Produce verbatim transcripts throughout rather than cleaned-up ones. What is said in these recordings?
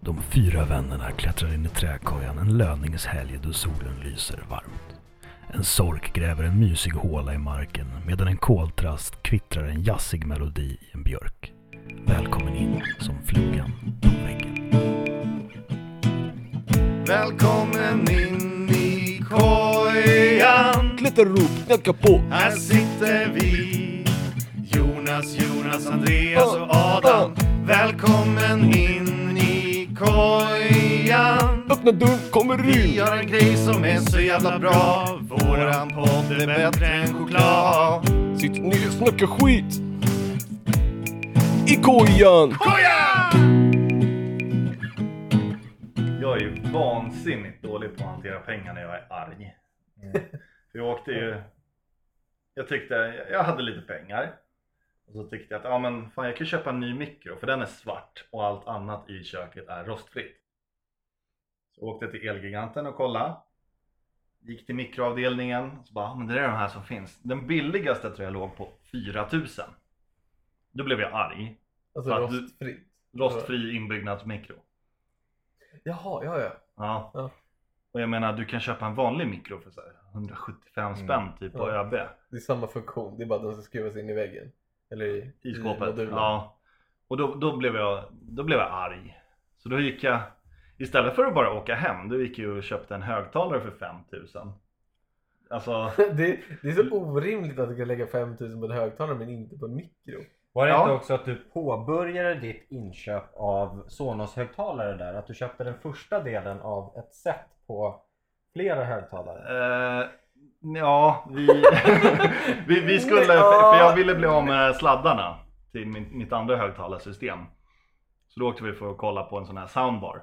De fyra vännerna klättrar in i träkojan en löningshelg då solen lyser varmt. En sork gräver en mysig håla i marken medan en koltrast kvittrar en jassig melodi i en björk. Välkommen in som flugan på väggen. Välkommen in i kojan. Klättra upp, knacka på. Här sitter vi, Jonas, Jonas, Andreas och Adam. Välkommen in i kojan. Öppna dörren, kommer Vi in. har en grej som är så jävla bra. Våran podd är bättre än choklad. Sitt ner, snacka skit. I kojan. Kojan! Jag är ju vansinnigt dålig på att hantera pengar när jag är arg. Mm. För jag åkte ju... Jag tyckte... Jag hade lite pengar. Och så tyckte jag att ja, men fan, jag kan köpa en ny mikro. För den är svart och allt annat i köket är rostfritt. Så jag åkte till Elgiganten och kollade. Gick till mikroavdelningen. Så bara, men det är de här som finns. Den billigaste tror jag låg på fyra tusen. Då blev jag arg. Alltså För att rostfri. du- Rostfri inbyggnadsmikro. Jaha, ja ja. Ja. Ja. Och jag menar, du kan köpa en vanlig mikro för så här hundrasjuttiofem spänn typ på Ja. ÖB. Det är samma funktion, det är bara att den ska skruvas in i väggen. Eller i, I skåpet. modulen. Ja. Och då, då, blev jag, då blev jag arg. Så då gick jag, istället för att bara åka hem, då gick jag och köpte en högtalare för fem tusen. Alltså, det, det är så orimligt att du kan lägga fem tusen på en högtalare men inte på en mikro. Var det Ja. inte också att du påbörjade ditt inköp av Sonos-högtalare där? Att du köpte den första delen av ett set på flera högtalare? eh, ja, vi, vi, vi skulle, för, för jag ville bli av med sladdarna till min, mitt andra högtalarsystem. Så då åkte vi för att kolla på en sån här soundbar.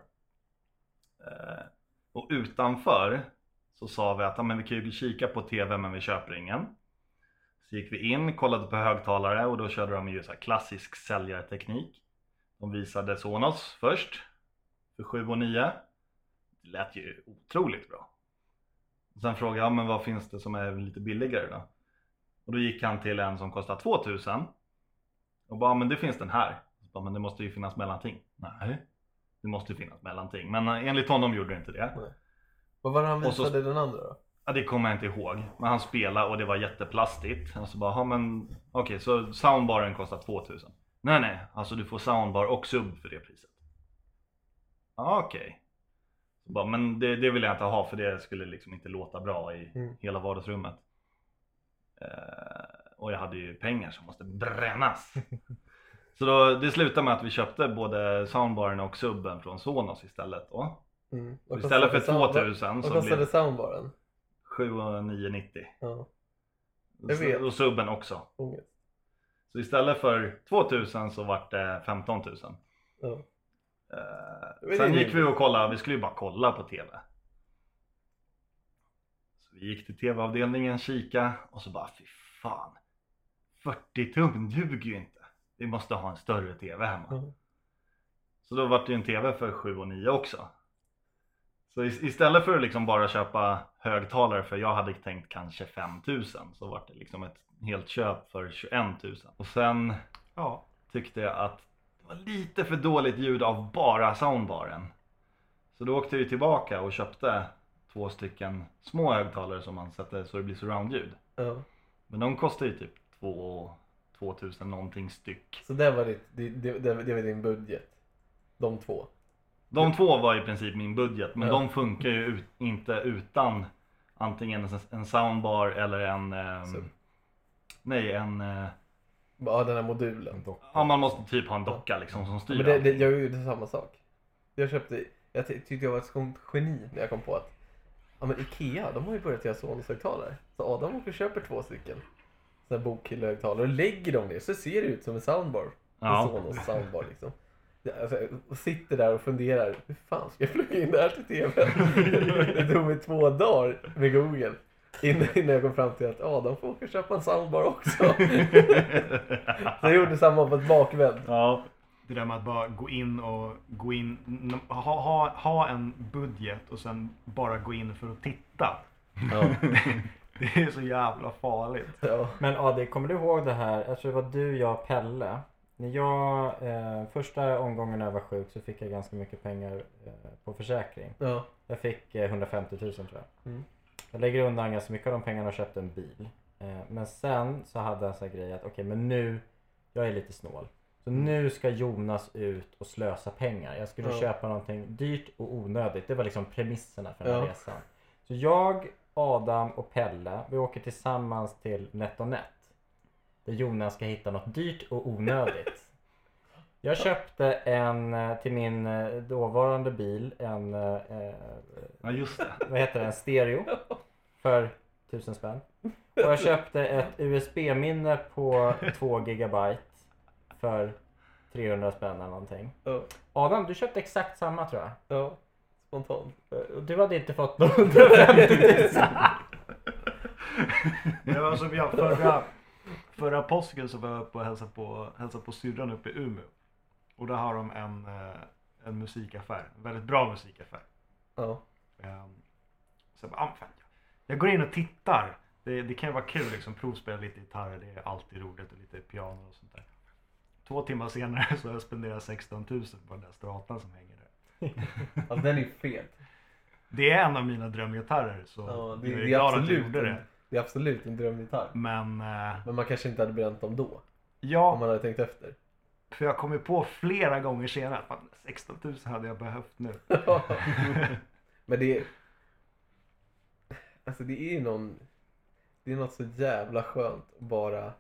Eh, och utanför så sa vi att ja, men vi kan ju kika på tv men vi köper ingen. Så gick vi in, kollade på högtalare och då körde de ju så här klassisk säljarteknik. De visade Sonos först för sju och nio. Det lät ju otroligt bra. Och sen frågade jag, men vad finns det som är lite billigare då? Och då gick han till en som kostar två tusen. Och bara, men det finns den här. Så bara, men det måste ju finnas mellanting. Nej, det måste ju finnas mellanting. Men enligt honom gjorde det inte det. Nej. Vad var det han Och så- visade den andra då? Ja, det kommer jag inte ihåg. Men han spelade och det var jätteplastigt. Och så bara, ja men okej, okay, så soundbaren kostar två tusen. Nej nej, alltså du får soundbar och sub för det priset. Ja okej. Okay. Så bara, men det, det vill jag inte ha för det skulle liksom inte låta bra i Mm. hela vardagsrummet. Eh, och jag hade ju pengar som måste brännas. Så då, det slutade med att vi köpte både soundbaren och subben från Sonos istället då. Mm. Och istället för kostade två sound- tusen Vad så kostade blev soundbaren? sju tusen niohundranittio. Ja, Jag vet. Och subben också. ångest. Så istället för två tusen så vart det femton tusen. Ja. Eh, Men sen det är gick vi och kollade, vi skulle ju bara kolla på tv. Så vi gick till tv-avdelningen, kika och så bara fy fan. fyrtio tum duger ju inte. Vi måste ha en större tv hemma. Mm. Så då vart det ju en tv för sju och nio också. Så is- istället för att liksom bara köpa högtalare för jag hade tänkt kanske fem tusen så vart det liksom ett helt köp för tjugoett tusen. Och sen ja, tyckte jag att det var lite för dåligt ljud av bara soundbaren. Så då åkte vi tillbaka och köpte två stycken små högtalare som man sätter så det blir surroundljud. Ja. Men de kostar ju typ två tusen någonting styck. Så det var, ditt, det, det, det, det var din budget? De två? De två var i princip min budget, men Ja. de funkar ju ut, inte utan antingen en, en soundbar eller en ehm, Så. nej en eh, Ja, den här modulen. ja, man måste typ ha en docka liksom som styr. Men det, det, allting. jag gjorde samma sak. Jag köpte, jag ty- tyckte jag var ett sånt geni när jag kom på att ja men Ikea, de har ju börjat göra Sonos-högtalare. Så Adam åker och köper två stycken sådana bokhyllohögtalare och lägger dem ner så ser det ut som en soundbar. Ja. En Sonos soundbar liksom. Jag, alltså, och sitter där och funderar, hur fan ska jag plugga in det här till tvn? Det tog mig två dagar med Google innan, innan jag kom fram till att Adam får åka och köpa en soundbar också. Så jag gjorde samma på ett bakvänd. Ja, Det där med att bara gå in och gå in, n- ha, ha, ha en budget och sen bara gå in för att titta. Ja. Det är så jävla farligt. Ja. Men Adi, kommer du ihåg det här? Jag tror det var du, jag och Pelle När jag, eh, första omgången när jag var sjuk så fick jag ganska mycket pengar eh, på försäkring. Ja. Jag fick eh, hundrafemtio tusen tror jag. Mm. Jag lägger undan ganska mycket av de pengarna och köpte en bil. Eh, men sen så hade jag en sån här grej att okej, okay, men nu, jag är lite snål. Så nu ska Jonas ut och slösa pengar. Jag skulle Ja. köpa någonting dyrt och onödigt. Det var liksom premisserna för den här Ja. resan. Så jag, Adam och Pelle, vi åker tillsammans till NetOnNet. Där Jonas ska hitta något dyrt och onödigt. Jag köpte en eh, till min eh, dåvarande bil, en, eh, eh, Ja, just det. vad heter det, en stereo för tusen spänn. Och jag köpte ett U S B-minne på två gigabyte för trehundra spänn eller någonting. Ja. Adam, du köpte exakt samma tror jag. Ja. Spontant. Och du hade inte fått något hundrafemtio tusen. Det var som jag förra, förra påsken så var jag uppe och hälsade på, hälsade på syrran uppe i Umeå. Och där har de en, eh, en musikaffär, en väldigt bra musikaffär. Ja. Um, så jag bara, ah, fan, jag går in och tittar. Det, det kan ju vara kul liksom, provspela lite gitarr, det är alltid roligt och lite piano och sånt där. Två timmar senare så har jag spenderat sexton tusen på den där stratan som hänger där. Alltså den är ju fel. Det är en av mina drömgitarrer så Ja, det, jag är det, är glad att jag absolut gjorde en, det. det är absolut en drömgitarr. Men eh, Men man kanske inte hade bränt dem då. Om ja, man hade tänkt efter. för jag kom ju på flera gånger senare att fan, sexton tusen hade jag behövt nu. Men det är... Alltså det är ju någon... Det är något så jävla skönt att bara...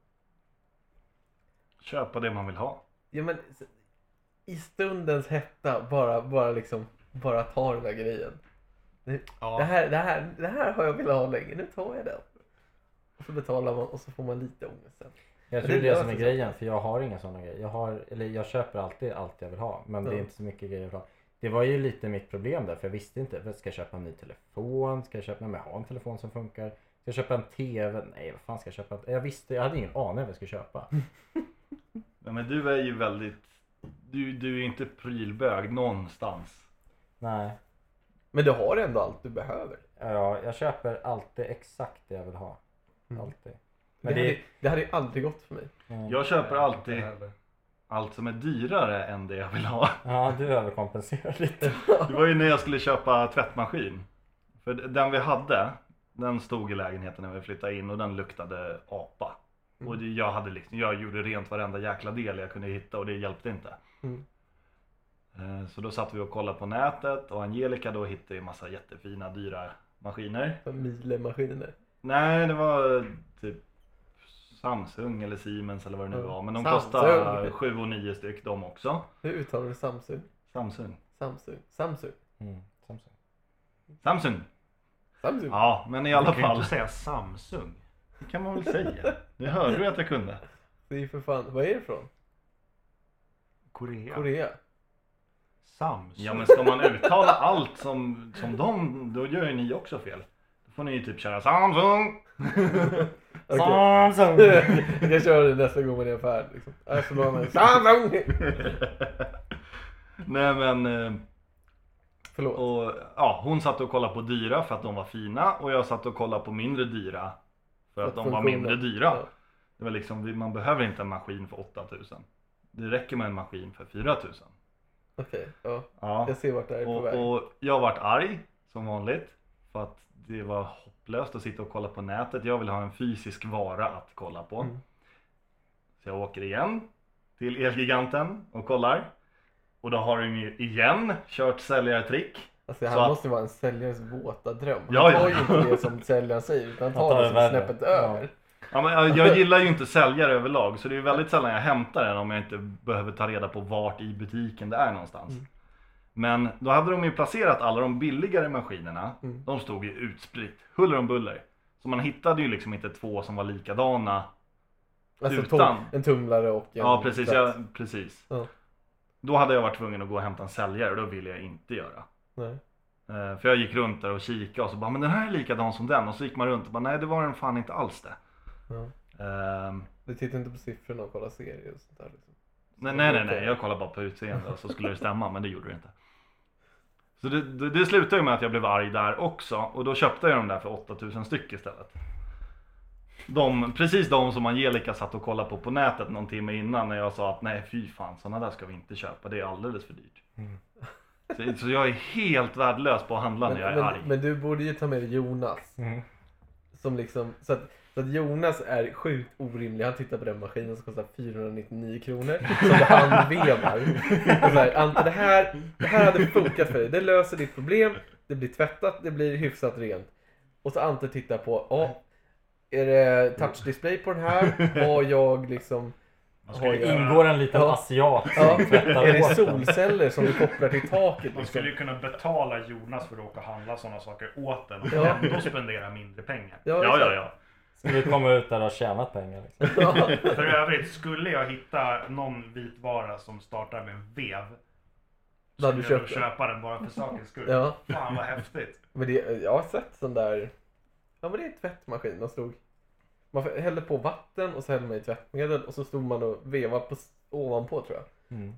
Köpa det man vill ha. Ja men... I stundens hetta bara, bara liksom... Bara ta den där grejen. Det, Ja. det, här, det, här, det här har jag velat ha länge. Nu tar jag den. Och så betalar man och så får man lite ångest sen. Jag Men tror det det är det som löser är sig. grejen, för jag har inga sådana grejer. Jag, har, eller jag köper alltid allt jag vill ha, men det är Ja. inte så mycket grejer jag vill ha. Det var ju lite mitt problem där, för jag visste inte. Ska jag köpa en ny telefon? Ska jag köpa, nej, men jag har en telefon som funkar? Ska jag köpa en tv? Nej, vad fan ska jag köpa? Jag visste, jag hade ingen aning om vad jag skulle köpa. Ja, men du är ju väldigt... Du, du är inte prylbög någonstans. Nej, Men du har ändå allt du behöver. ja, jag köper alltid exakt det jag vill ha. Mm. Alltid. Det, Men hade, det, det hade ju aldrig gått för mig. mm. Jag köper alltid allt som är dyrare än det jag vill ha. Ja, du överkompenserar lite. Det var ju när jag skulle köpa tvättmaskin. För den vi hade, den stod i lägenheten när vi flyttade in och den luktade apa. Mm. Och det, jag, hade liksom, jag gjorde rent varenda jäkla del jag kunde hitta och det hjälpte inte. Mm. Eh, Så då satt vi och kollade på nätet och Angelica då hittade en massa jättefina dyra maskiner. Milemaskiner. Nej, det var typ Samsung eller Siemens eller vad det nu Mm. var. Men de Samsung. kostar sju och nio styck de också. Hur uttalar du Samsung? Samsung. Samsung. Samsung. Mm, Samsung. Samsung. Samsung. Ja, men i Du alla kan ju fall. inte säga Samsung. Det kan man väl säga. Det hörde du att jag kunde. Det är ju för fan. Vad är det från? Korea. Korea. Samsung. Ja, men ska man uttala allt som, som de, då gör ju ni också fel. Då får ni ju typ köra Samsung. Okej. Samsung! Jag kan köra det nästa gång man är i affär. Liksom. Äh, så bara, men, Samsung! Nej men, eh, Förlåt. och, ja, hon satt och kollade på dyra för att de var fina. Och jag satt och kollade på mindre dyra för att de var funktionen- mindre dyra. Ja. Det var liksom, man behöver inte en maskin för åtta tusen. Det räcker med en maskin för fyra tusen. Okej, ja. Ja. Jag ser vart det här är på väg. Och, och jag varit arg som vanligt för att det var hopplöst att sitta och kolla på nätet. Jag vill ha en fysisk vara att kolla på. Mm. Så jag åker igen till Elgiganten och kollar. Och då har de ju igen kört säljartrick. Alltså det Så här att- måste vara en säljares våta dröm. Han Ja, ja. tar ju inte det som säljaren säger utan han Han tar tar det som det värre. snäppet Ja. över. Ja, men jag, jag gillar ju inte säljare överlag. Så det är ju väldigt sällan jag hämtar den om jag inte behöver ta reda på vart i butiken det är någonstans. Mm. Men då hade de ju placerat alla de billigare maskinerna. Mm. De stod ju utspritt, huller om buller. Så man hittade ju liksom inte två som var likadana. Alltså Utan. tom, en tumlare och en Ja, precis. tvätt. Jag, precis. Ja. Då hade jag varit tvungen att gå och hämta en säljare och då ville jag inte göra. Nej. Eh, För jag gick runt där och kikade och så bara, men den här är likadan som den. Och så gick man runt och bara, nej det var den fan inte alls det. Ja. Ehm, Du tittar inte på siffrorna och kollar serier och sånt där liksom. nej, nej, nej, nej, jag kollade bara på utseende och så skulle det stämma, men det gjorde det inte. Så det, det, det slutade ju med att jag blev arg där också. Och då köpte jag dem där för åtta tusen styck istället. De, precis de som Angelica satt och kollade på på nätet någon timme innan när jag sa att nej fy fan, sådana där ska vi inte köpa, det är alldeles för dyrt. Mm. Så, så jag är helt värdelös på att handla men, när jag är men, arg. Men du borde ju ta med dig Jonas. Mm. Som liksom, så att, så att Jonas är sjukt orimlig. Han tittar på den maskinen som kostar fyrahundranittionio kronor. Som du handvevar. Och så här, Ante, det här, det här hade funkat för dig. Det löser ditt problem. Det blir tvättat, det blir hyfsat rent. Och så Ante tittar på, ja, är det touchdisplay på den här? Har jag liksom... Har jag... Ingår en liten ja. asiat som ja. tvättar Är det solceller som du kopplar till taket? Man skulle ju kunna betala Jonas för att åka och handla sådana saker åt den och ja. ändå spendera mindre pengar. Ja, ja, ja. ja. Ska vi komma ut där och tjänat pengar? Liksom. Ja. För övrigt, skulle jag hitta någon vitvara som startar med en vev, så skulle jag köpa den bara för sakens skull. Ja. Fan vad häftigt. Men det, jag har sett sån där... Ja, men det är en tvättmaskin. Man stod... Man hällde på vatten och så hällde man i tvättmedel och så stod man och vevade på, ovanpå, tror jag. Mm.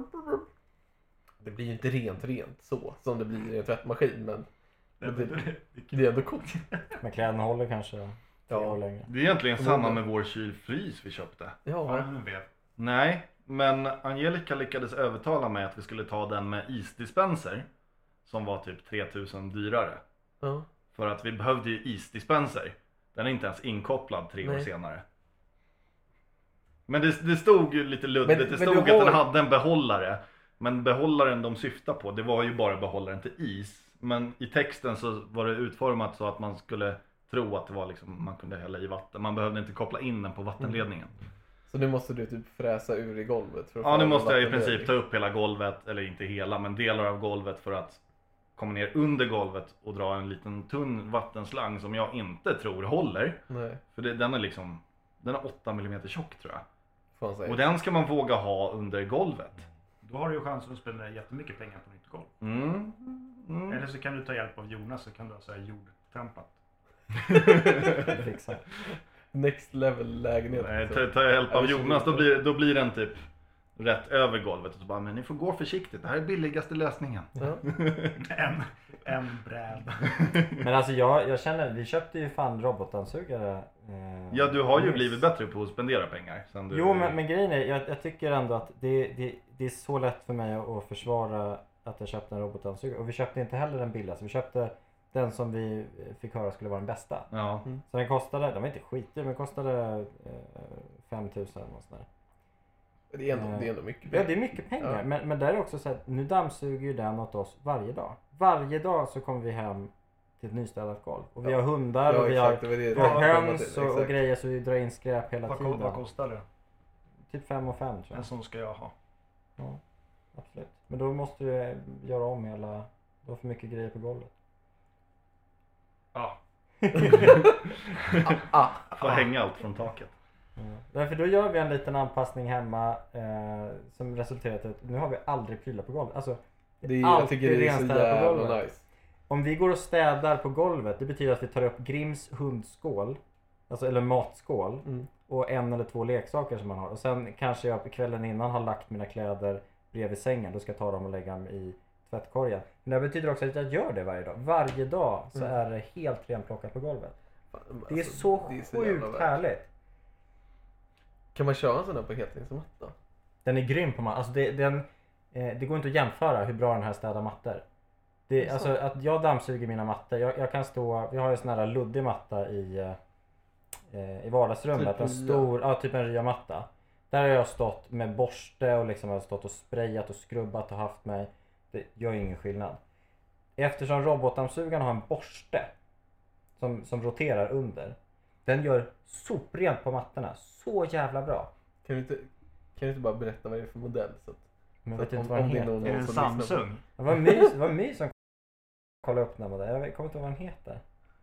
Det blir ju inte rent rent så som det blir i en tvättmaskin, men det, det, det är ändå coolt. Men kläderna håller kanske ja. längre. Det är egentligen samma med vår kylfrys vi köpte. Ja. Nej, men Angelica lyckades övertala mig att vi skulle ta den med isdispenser som var typ tre tusen dyrare. Ja. För att vi behövde ju isdispenser. Den är inte ens inkopplad tre Nej. år senare. Men det, det stod ju lite luddigt. Men, det stod att har... den hade en behållare. Men behållaren de syftar på, det var ju bara behållaren till is. Men i texten så var det utformat så att man skulle tro att det var liksom, man kunde hälla i vatten. Man behövde inte koppla in den på vattenledningen. Mm. Så nu måste du typ fräsa ur i golvet? För att ja, nu måste jag i princip ta upp hela golvet. Eller inte hela, men delar av golvet för att komma ner under golvet och dra en liten tunn vattenslang som jag inte tror håller. Nej. För det, den är liksom, den är åtta millimeter tjock, tror jag. Fan, och den ska man våga ha under golvet. Då har du ju chansen att spendera jättemycket pengar på nytt golv. Mm. Mm. Eller så kan du ta hjälp av Jonas, så kan du ha så här jordtrampat. Next level lägenhet. Nej, ta, ta hjälp av Jonas, då blir, då blir den typ rätt över golvet och så bara, men ni får gå försiktigt, det här är billigaste lösningen. Ja. en, en bräd. Men alltså jag, jag känner, vi köpte ju fan robotdammsugare. Eh, ja, du har ju blivit bättre på att spendera pengar sen du... Jo, men, men grejen är, jag, jag tycker ändå att det, det, det är så lätt för mig att försvara att jag köpte en robotdammsugare. Och vi köpte inte heller den billigaste, vi köpte den som vi fick höra skulle vara den bästa. Ja. Mm. Så den kostade, den var inte skitig, men den kostade eh, fem tusen och sådär. Det är ändå, det är ändå mycket pengar. Ja, det är mycket pengar. Ja. Men, men där är också så att nu dammsuger ju den åt oss varje dag. Varje dag så kommer vi hem till ett nystädat golv. Och vi ja. har hundar ja, och vi exakt, har, det det vi har höns och, och grejer, så vi drar in skräp hela vad, tiden. Vad kostar det? Typ fem och fem, tror jag. En sån ska jag ha. Ja, absolut. Men då måste du göra om hela... Du har för mycket grejer på golvet. Ja. ah, ah, Får hänga allt från taket. Mm. Därför då gör vi en liten anpassning hemma eh, som resulterar i att nu har vi aldrig prylar på golvet. Alltså, det är, jag tycker det är så jävla nice. Om vi går och städar på golvet, det betyder att vi tar upp Grims hundskål, alltså, eller matskål, mm. och en eller två leksaker som man har. Och sen kanske jag på kvällen innan har lagt mina kläder bredvid sängen, då ska jag ta dem och lägga dem i tvättkorgen. Men det betyder också att jag gör det varje dag. Varje dag så mm. är det helt renplockat på golvet. Alltså, det är så det är så sjukt härligt. Kan man köra en sån där på heltidsmatta? Den är grym på mattor. Alltså det, den, eh, det går inte att jämföra hur bra den här städar mattor. Det, det alltså att jag dammsuger mina mattor. Jag, jag kan stå, vi har ju en sån här luddig matta i, eh, i vardagsrummet. Typ en stor, ja, typ en ryamatta. Där har jag stått med borste och liksom har stått och sprayat och skrubbat och haft mig. Det gör ingen skillnad. Eftersom robotdammsugaren har en borste som, som roterar under. Den gör soprent på mattorna. Så jävla bra. Kan du inte, kan du inte bara berätta vad det är för modell? Så att, men så vet att inte vad den heter. Är det en Samsung? Det var mys, det var mys som kollade upp den modellen. Jag kommer inte ihåg vad den heter.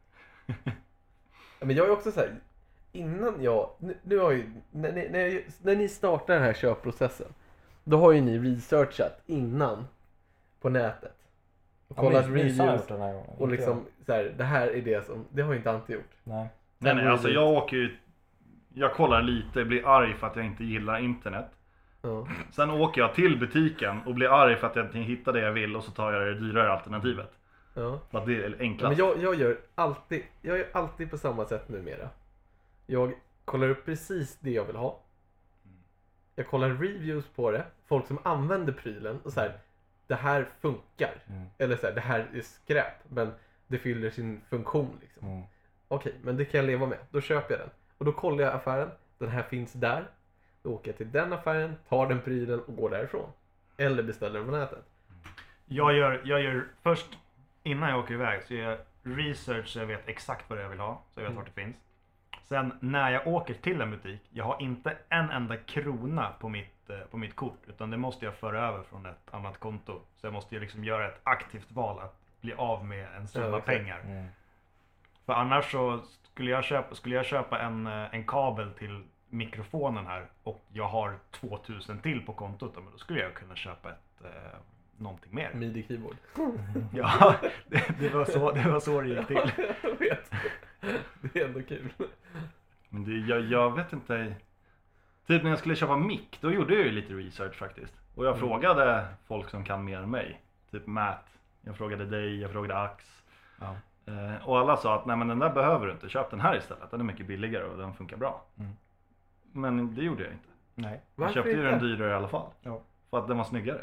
Men jag är också så här, innan jag, nu, nu har ju, när ni, när, jag, när ni startar den här köpprocessen, då har ju ni researchat innan på nätet. Och kollat ja, reviews den här gången. och liksom så här, det här är det som, det har ju inte Ante gjort. Nej. Nej, nej, alltså jag åker ju, jag kollar lite, blir arg för att jag inte gillar internet. Ja. Sen åker jag till butiken och blir arg för att jag inte hittar det jag vill och så tar jag det dyrare alternativet. Ja. För att det är enklast. Ja, men jag, jag gör alltid, jag gör alltid på samma sätt numera. Jag kollar upp precis det jag vill ha. Jag kollar reviews på det. Folk som använder prylen och så här, det här funkar. Mm. Eller så här, det här är skräp, men det fyller sin funktion liksom. Mm. Okej, men det kan jag leva med. Då köper jag den. Och då kollar jag affären. Den här finns där. Då åker jag till den affären, tar den prylen och går därifrån. Eller beställer den på nätet. Jag gör, jag gör först, innan jag åker iväg, så gör jag research så jag vet exakt vad jag vill ha. Så jag vet Mm. vart det finns. Sen när jag åker till en butik, jag har inte en enda krona på mitt, eh, på mitt kort. Utan det måste jag föra över från ett annat konto. Så jag måste ju liksom göra ett aktivt val att bli av med en summa Ja, exakt. pengar. Mm. För annars så skulle jag köpa, skulle jag köpa en, eh, en kabel till mikrofonen här och jag har tvåtusen till på kontot, men då skulle jag kunna köpa ett, eh, någonting mer. Midi-keyboard. Ja, det, det, var så, det var så det gick till. Jag vet. Det är ändå kul. Men det, jag, jag vet inte. Typ när jag skulle köpa mick, då gjorde jag ju lite research faktiskt. Och jag Mm. frågade folk som kan mer än mig. Typ Matt, jag frågade dig, jag frågade Ax. Ja. Eh, och alla sa att nej men den där behöver du inte, köp den här istället. Den är mycket billigare och den funkar bra. Mm. Men det gjorde jag inte. Nej. Jag Varför köpte ju inte? den dyrare i alla fall. Ja. För att den var snyggare.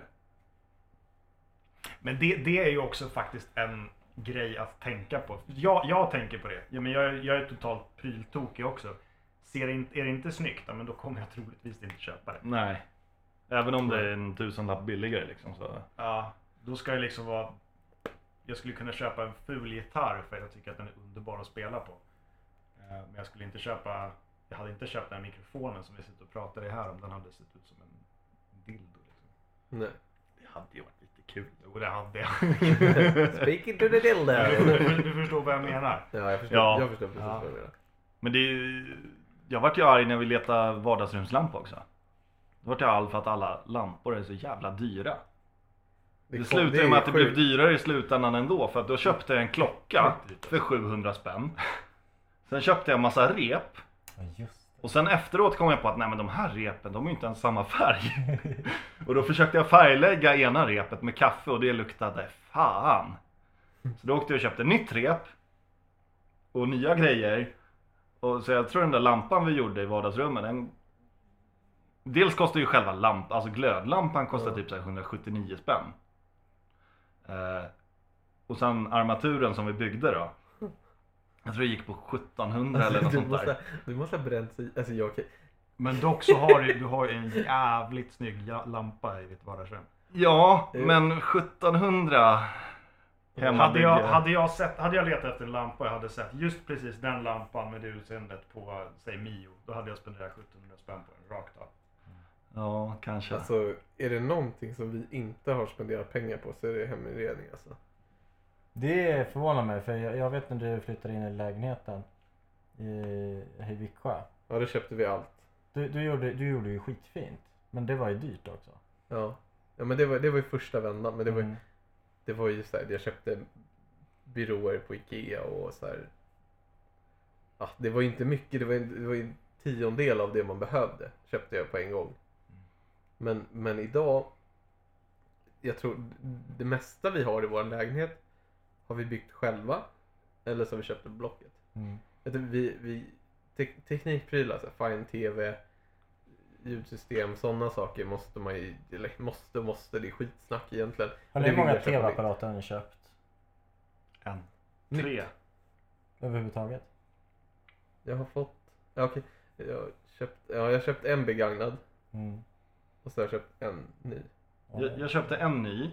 Men det, det är ju också faktiskt en grej att tänka på. Jag, jag tänker på det. Ja, men jag, jag är totalt pryltokig också. Ser det inte, är det inte snyggt, ja, men då kommer jag troligtvis inte köpa det. Nej. Även om det är en tusenlapp billigare liksom så. Ja, då ska det liksom vara... Jag skulle kunna köpa en ful gitarr för att jag tycker att den är underbar att spela på. Eh, Men jag skulle inte köpa... Jag hade inte köpt den här mikrofonen som vi sitter och pratar i här om. Den hade sett ut som en dildo liksom. Nej. Det hade ju varit lite kul. Jo, det hade jag. Speaking to the dildo. du, du förstår vad jag menar. Ja, jag förstår, Ja. jag förstår precis Ja. vad du menar. Men det är ju- jag vart ju arg när vi letade vardagsrumslampa också. Då vart jag arg för att alla lampor är så jävla dyra. Det, kom- slutade är ju med att det sjukt. blev dyrare i slutändan ändå. För att då köpte jag en klocka för sjuhundra spänn. Sen köpte jag en massa rep. Ja, just det. Och sen efteråt kom jag på att nej men de här repen, de är ju inte ens samma färg. Och då försökte jag färglägga ena repet med kaffe och det luktade fan. Så då åkte jag och köpte nytt rep. Och nya grejer. Och så jag tror den där lampan vi gjorde i vardagsrummet, den... Dels kostar ju själva lampan, alltså glödlampan kostar Ja. typ så här etthundrasjuttionio spänn. Eh, och sen armaturen som vi byggde då. Jag tror det gick på sjuttonhundra eller något du, sånt måste, där. du måste ha bränt sig. Alltså jag kan... Men dock så har du, du har ju en jävligt snygg ja- lampa i ditt vardagsrum. Ja, Eh. men sjuttonhundra hemma Hade jag, hade, jag sett, hade jag letat efter en lampa och jag hade sett just precis den lampan med det utseendet på, säg Mio, då hade jag spenderat sjuttonhundra spänn på den rakt av. Ja, kanske. Alltså, är det någonting som vi inte har spenderat pengar på så är det heminredning alltså. Det förvånar mig, för jag, jag vet när du flyttade in i lägenheten i, i Viksjö. Ja, då köpte vi allt. Du, du, gjorde, du gjorde ju skitfint, men det var ju dyrt också. Ja, ja men det var, det var ju första vändan. Men det var, Mm. det var ju så här, jag köpte byråer på Ikea och så här. Ja, det var ju inte mycket, det var, en- det var ju en tiondel av det man behövde. Köpte jag på en gång. Men, men idag, jag tror det mesta vi har i vår lägenhet har vi byggt själva. Eller så har vi köpt på Blocket. Mm. Jag tror vi, vi, te- teknikprylar, så här, fine tv, ljudsystem, sådana saker måste man ju, eller måste, måste, det är skitsnack egentligen. Har Det ni vill många jag köpa nytt. tv-apparater har ni köpt? En. Tre. Överhuvudtaget? Jag har fått, ja, okej, jag har köpt, ja, jag har köpt en begagnad Mm. och så har jag köpt en ny. Jag, jag köpte en ny.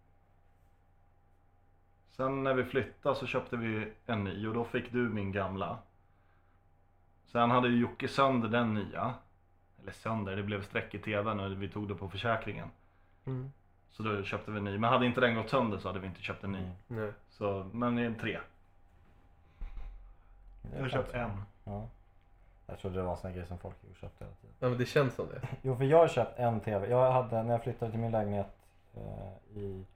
Sen när vi flyttade så köpte vi en ny och då fick du min gamla. Sen hade ju Jocke sönder den nya. Eller sönder, det blev streck i tvn och vi tog det på försäkringen. Mm. Så då köpte vi en ny. Men hade inte den gått sönder så hade vi inte köpt en ny. Mm. Nej. Så, men det är en tre. Det är Jag har fan köpt så. en. Ja. Jag trodde det var en sån här grej som folk köpte hela tiden. Ja, men det känns som det. Jo, för jag har köpt en tv. Jag hade, när jag flyttade till min lägenhet eh, i...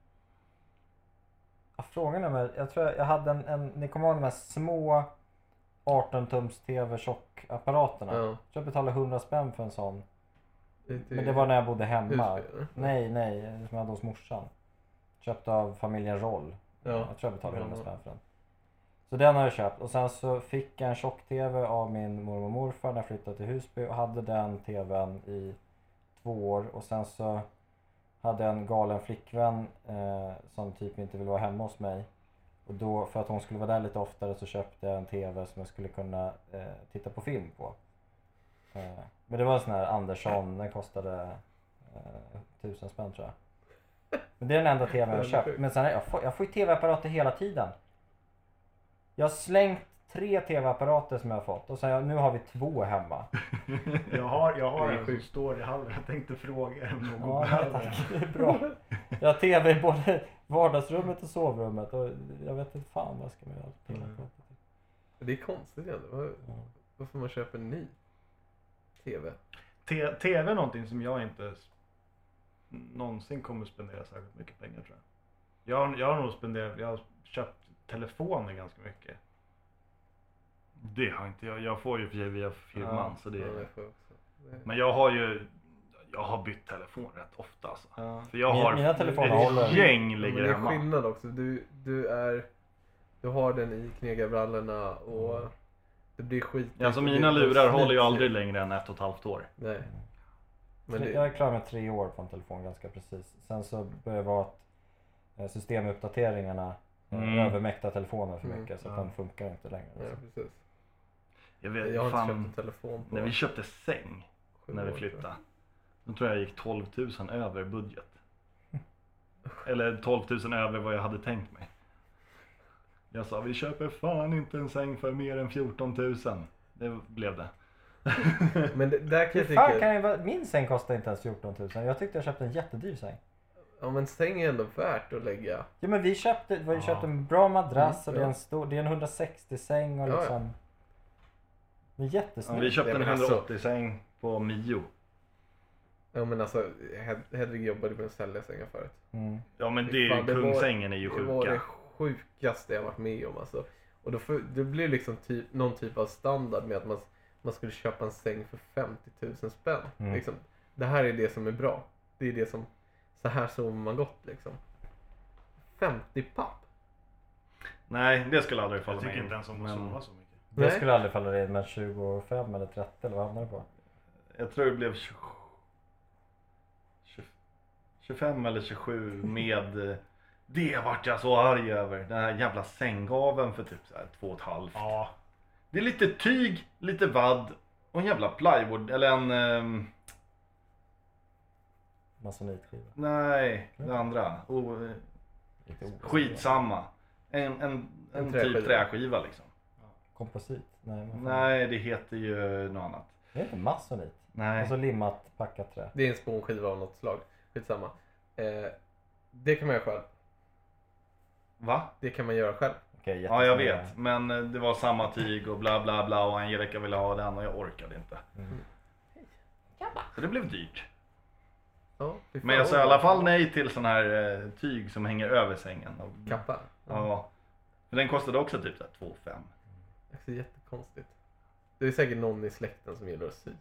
Ja, frågan är med, jag tror jag, jag hade en, en, ni kommer ihåg de här små arton tums tv tjockapparaterna. Ja. Jag betalade hundra spänn för en sån. Det, Men det var när jag bodde hemma. Husbil, eller? Nej, nej, som jag hade hos morsan. Köpte av familjen Roll. Ja. Jag tror jag betalade hundra Ja. spänn för den. Så den har jag köpt. Och sen så fick jag en tjock-tv av min mormor och morfar när jag flyttade till Husby. Och hade den tvn i två år. Och sen så hade en galen flickvän eh, som typ inte ville vara hemma hos mig. Och då, för att hon skulle vara där lite oftare, så köpte jag en tv som jag skulle kunna eh, titta på film på. Eh, men det var en sån här Andersson, den kostade eh, tusen spänn tror jag. Men det är den enda tvn jag har köpt. Men sen jag får, jag får ju tv-apparater hela tiden. Jag har slängt tre tv-apparater som jag har fått. Och sen jag, nu har vi två hemma. Jag har, jag har Det är en som sjukt. står i hallen. Jag tänkte fråga om någon Ja, behöver tack. den. Det är bra. Jag har tv i både vardagsrummet och sovrummet. Och jag vet inte fan vad jag ska med allt tv-apparater till. Det är konstigt ändå. Var, varför man köper en ny tv? T- Tv är någonting som jag inte s- någonsin kommer spendera särskilt mycket pengar tror jag. Jag, har- jag har nog spenderat, jag har köpt telefoner ganska mycket. Det har inte jag, jag får ju för sig via firman Ja, så det ja, är... jag får också. Det- Men jag har ju, jag har bytt telefon rätt ofta alltså. Ja. För jag Mina- har mina telefoner ett håller. gäng Ja, ligger men det är hemma. skillnad också. Du, du är... Du har den i knegarbrallorna och det blir skit. Ja, så det- mina det lurar håller ju slits aldrig längre än ett och ett halvt år. Nej. Men Jag det, är klar med tre år på en telefon ganska precis. Sen så börjar det vara att eh, systemuppdateringarna eh, Mm. övermäktar telefonen för Mm, mycket. Så att ja. den funkar inte längre. ja, Liksom. precis. Jag vet Jag har inte köpt fan, en telefon på när vi köpte säng, sju när vi år, tror jag. flyttade. Då tror jag jag gick tolv tusen över budget. Eller tolv tusen över vad jag hade tänkt mig. Jag sa vi köper fan inte en säng för mer än fjorton tusen. Det blev det. Men det, där kan Hur jag fan tycka... kan jag, vara- min säng kostar inte ens fjorton tusen. Jag tyckte jag köpte en jättedyr säng. Ja, men säng är ändå värt att lägga. Ja men vi köpte, vi Ja. köpte en bra madrass Mm, och det är ja. en stor, det är en hundrasextio säng och Ja, ja. liksom. Det är Ja, jättesnyggt. vi köpte Nej, en men alltså- hundraåttio säng på Mio. Ja, men alltså Hed, Hedvig jobbade med att sälja sängar förut. Mm. Ja men det är Fan, ju, det var- Kungsängen är ju Det var det sjuka. sjukaste jag varit med om alltså. Och då får, det blir liksom typ, någon typ av standard med att man, man skulle köpa en säng för femtio tusen spänn. Mm. Liksom. Det här är det som är bra. Det är det som, så här sover man gott liksom. femtio papp. Nej, det skulle aldrig falla Jag mig tycker in. inte ens om att Men sova så mycket. Det Nej. skulle aldrig falla dig med tjugofem eller trettio eller vad hamnar det på? jag tror det blev tjugo, tjugo, tjugofem eller tjugosju med... eh, Det vart jag så arg över. Den här jävla sänggaveln för typ så här två och ett halvt. Ja, Det är lite tyg, lite vadd och en jävla plywood eller en... ehm, Masonitskiva. nej, det andra. Oh, eh, Lite o- skitsamma. En, en, en, En typ träskiva. träskiva liksom. Komposit? Nej, vad fan. Nej, det heter ju något annat. Det är inte masonit. Nej. Alltså limmat packat trä. Det är en spånskiva av något slag. Skitsamma. Eh, det kan man göra själv. Va? Det kan man göra själv. Okej, Ja, jag jättesnygga. vet. Men eh, det var samma tyg och bla bla bla och Angelica ville ha den och jag orkade inte. Mm. Så det blev dyrt. Ja, fy fan, Men jag sa i vad alla bra. fall nej till sån här eh, tyg som hänger över sängen. Och, Kappa. ja. Men den kostade också typ så här två och fem. Det är jättekonstigt. Det är säkert någon i släkten som gillar att sy.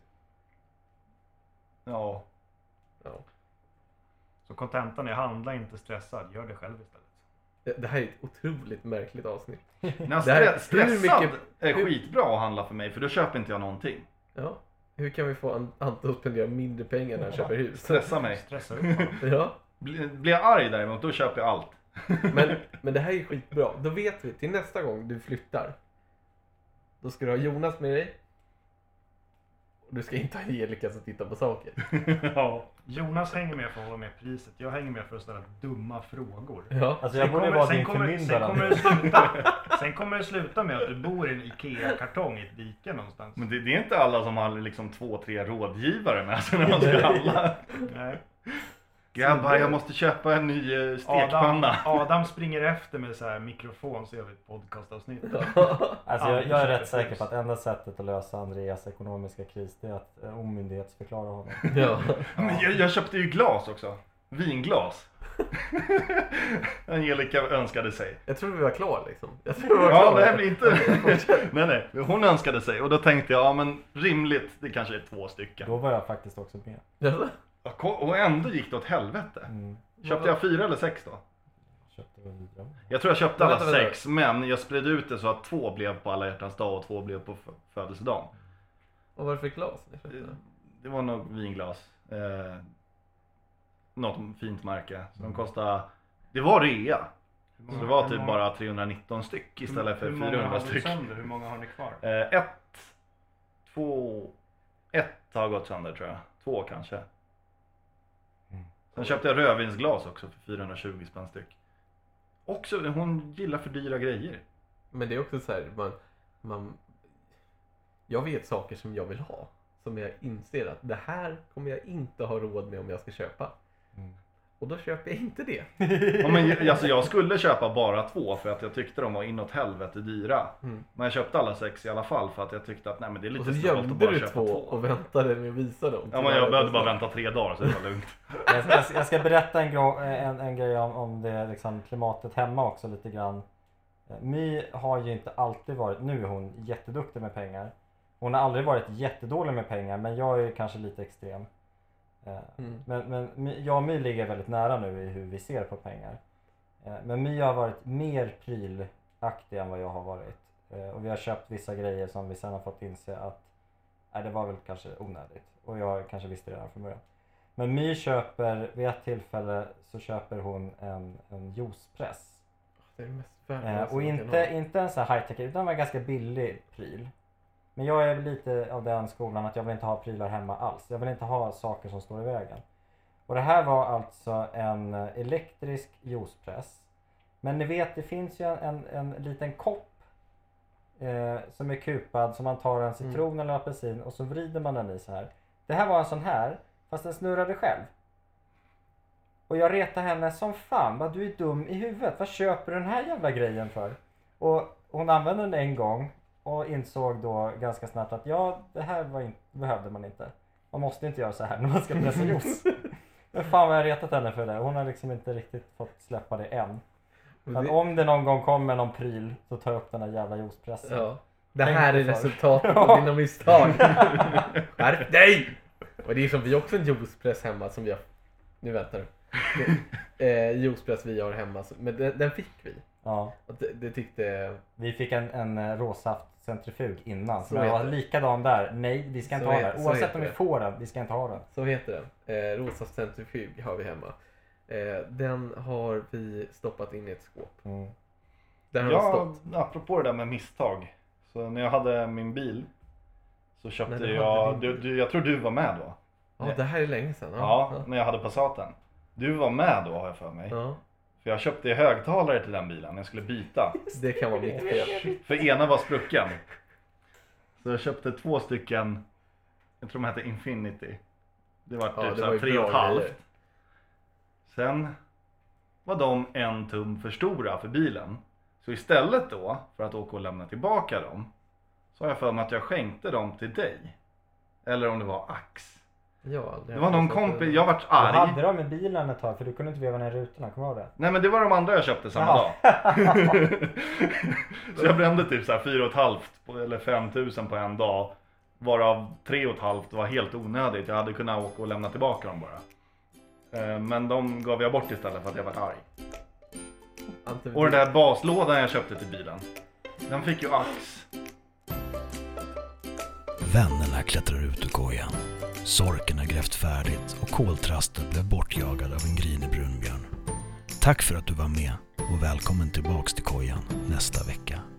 Ja. Ja. så kontentan är handla inte stressad, gör det själv istället. Det, det här är ett otroligt märkligt avsnitt. Nej, Det här- stress, hur stressad mycket- är hur- skitbra att handla för mig för då köper inte jag någonting. Ja. Hur kan vi få An- Anton att spendera mindre pengar när han köper hus? Stressa mig. Stressa upp honom. Ja. Blir blir jag arg däremot då köper jag allt. Men, men det här är skitbra. Då vet vi till nästa gång du flyttar. Då ska du ha Jonas med dig. Och du ska inte ha Angelica som tittar på saker. Ja. Jonas hänger med för att hålla med priset. Jag hänger med för att ställa dumma frågor. Ja. Alltså jag borde vara din sen, kommer, sen, kommer förmyndare. det sluta, sen kommer det sluta med att du bor i en Ikea-kartong i ett dike någonstans. Men det, det är inte alla som har liksom två, tre rådgivare med sig när man ska handla. Nej. Grabbar, jag måste köpa en ny eh, Adam, stekpanna. Adam springer efter med så här mikrofon så gör vi ett podcastavsnitt. Alltså jag, jag är rätt säker på att enda sättet att lösa Andreas ekonomiska kris det är att eh, omyndighetsförklara honom. Ja. Men jag, jag köpte ju glas också. Vinglas. Angelica önskade sig. Jag tror vi var klar liksom. Jag tror vi var Ja, klara. det här blir inte... nej, nej. Hon önskade sig. Och då tänkte jag, ja men rimligt, det kanske är två stycken. Då var jag faktiskt också med. Ja. Och ändå gick det åt helvete. Mm. Köpte jag fyra eller sex då? köpte du en dröm? Jag tror jag köpte alla Vänta, vänta. sex, men jag spred ut det så att två blev på alla hjärtans dag och två blev på f- födelsedagen. Och vad är det för glas ni köpte? Det, det var nog vinglas. Eh, något fint märke. Så de kostade, det var rea. Så det var typ bara trehundranitton styck istället för Hur många fyrahundra har du styck. sönder? Hur många har ni kvar? Eh, ett, två, ett har gått sönder tror jag. Två kanske. Sen köpte jag rödvinsglas också för fyrahundratjugo spänn styck. Också, hon gillar för dyra grejer. Men det är också så här, man, man... Jag vet saker som jag vill ha. Som jag inser att det här kommer jag inte ha råd med om jag ska köpa. Mm. Och då köper jag inte det. Ja, men, alltså, jag skulle köpa bara två för att jag tyckte de var inåt helvete dyra. Mm. Men jag köpte alla sex i alla fall för att jag tyckte att nej, men det är Och lite så snålt att gömde bara du köpa två två. och väntade med att visa dem. Ja, men jag behövde bara vänta tre dagar så det var lugnt. Jag ska, jag ska- jag ska berätta en, gro- en, en grej om, om det liksom, klimatet hemma också lite grann. Eh, My har ju inte alltid varit, nu är hon jätteduktig med pengar. Hon har aldrig varit jättedålig med pengar, men jag är kanske lite extrem. Eh, Mm. Men, men My- jag och My ligger väldigt nära nu i hur vi ser på pengar. Eh, Men My har varit mer prylaktig än vad jag har varit. Eh, Och vi har köpt vissa grejer som vi sen har fått inse att nej, det var väl kanske onödigt. Och jag kanske visste det redan från början. Men My köper, vid ett tillfälle så köper hon en, en juicepress. Det är det mest Eh, värdelösa och man kan inte, ha. inte en sån här high-tech, utan en ganska billig pryl. Men jag är lite av den skolan att jag vill inte ha prylar hemma alls. Jag vill inte ha saker som står i vägen. Och det här var alltså en eh, elektrisk juicepress. Men ni vet, det finns ju en, en, en liten kopp eh, som är kupad, som man tar en citron eller apelsin och så vrider man den i så här. Det här var en sån här, fast den snurrade själv. Och jag retade henne som fan, vad du är dum i huvudet. Vad köper du den här jävla grejen för? Och hon använde den en gång och insåg då ganska snabbt att ja, det här var in- behövde man inte. Man måste inte göra så här när man ska pressa juice. Men fan vad jag retat henne för det. Hon har liksom inte riktigt fått släppa det än. Men Att det- om det någon gång kommer någon pryl så tar jag upp den här jävla juicepressen. Ja. Det Tänk här är på för. resultatet av dina misstag. Skärp dig! Och det är som vi har också en juicepress hemma som vi har... Nu väntar du. Det- Eh, juicepress vi har hemma. så- Men den, den fick vi. Ja. Och det, det tyckte... Vi fick en, en eh, råsaftcentrifug innan. Så Så jag var heter det. likadan där. Nej, vi ska inte Så ha heter- den. så Oavsett heter om vi det. får den, vi ska inte ha den. Så heter den. Eh, rosa centrifug har vi hemma. Eh, den har vi stoppat in i ett skåp. Mm. Där har den Ja, stått. apropå det där med misstag. Så när jag hade min bil så köpte När du jag, hade din du, du, jag tror du var med då. Ja, det här är länge sedan. Ja, när jag hade Passaten. Du var med då har jag för mig. ja. För jag köpte högtalare till den bilen, jag skulle byta. Det kan vara mitt fel. För ena var sprucken. Så jag köpte två stycken, jag tror de hette Infinity. Det var Ja, typ det så var här ju tre och ett bra halvt. grejer. Sen var de en tum för stora för bilen. Så istället då, för att åka och lämna tillbaka dem, så har jag för mig att jag skänkte dem till dig. Eller om det var Ax. Ja, det Det var någon kompis, jag vart Du arg. hade dem i bilen ett tag för du kunde inte veva ner rutorna, kommer du ihåg det? Nej men det var de andra jag köpte samma Jaha. dag. Så jag brände typ så här fyra och ett halvt på- eller fem tusen på en dag. Varav tre och ett halvt var helt onödigt. Jag hade kunnat åka och lämna tillbaka dem bara. Eh, Men de gav jag bort istället för att jag var arg. Ante, Och den där baslådan jag köpte till bilen, den fick ju Ax. Vännerna klättrar ut ur kojan. Sorken har grävt färdigt och koltrasten blev bortjagad av en grinig brunbjörn. Tack för att du var med och välkommen tillbaks till kojan nästa vecka.